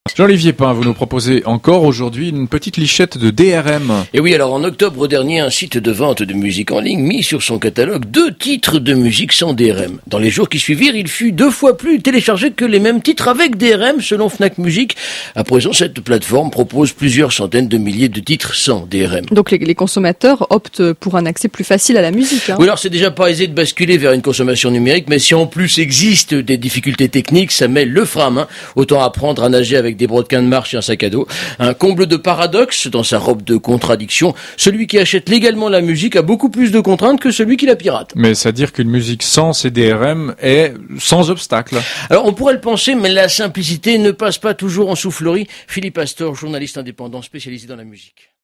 Jean-Olivier Pain, vous nous proposez encore aujourd'hui une petite lichette de DRM. Et oui, alors en octobre dernier, un site de vente de musique en ligne mit sur son catalogue 2 titres de musique sans DRM. Dans les jours qui suivirent, il fut 2 fois plus téléchargé que les mêmes titres avec DRM, selon Fnac Musique. À présent, cette plateforme propose plusieurs centaines de milliers de titres sans DRM. Donc les consommateurs optent pour un accès plus facile à la musique. Oui, alors c'est déjà pas aisé de basculer vers une consommation numérique, mais si en plus existe des difficultés techniques, ça met le frein. Autant apprendre à nager avec des brodequins de marche et un sac à dos. Un comble de paradoxe dans sa robe de contradiction. Celui qui achète légalement la musique a beaucoup plus de contraintes que celui qui la pirate. Mais c'est à dire qu'une musique sans ces DRM est sans obstacle. Alors on pourrait le penser, mais la simplicité ne passe pas toujours en soufflerie. Philippe Astor, journaliste indépendant spécialisé dans la musique.